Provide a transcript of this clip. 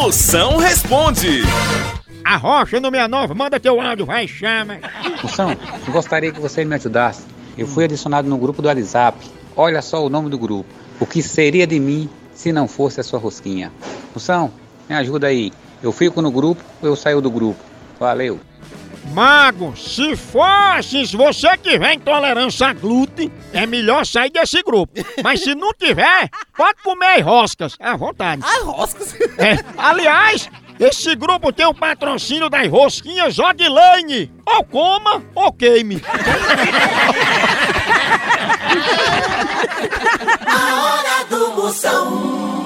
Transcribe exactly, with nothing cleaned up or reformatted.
Moção responde. A Rocha no sessenta e nove, manda teu áudio, vai, chama. Moção, eu gostaria que você me ajudasse. Eu fui adicionado no grupo do WhatsApp. Olha só o nome do grupo. O que seria de mim se não fosse a sua rosquinha? Moção, me ajuda aí. Eu fico no grupo ou eu saio do grupo? Valeu. Mago, se fosses você tiver intolerância a glúten, é melhor sair desse grupo. Mas se não tiver, pode comer roscas, à vontade. Ah, roscas? É, aliás, esse grupo tem um patrocínio das rosquinhas Odilane. Ou coma, ou queime. A hora do Moção.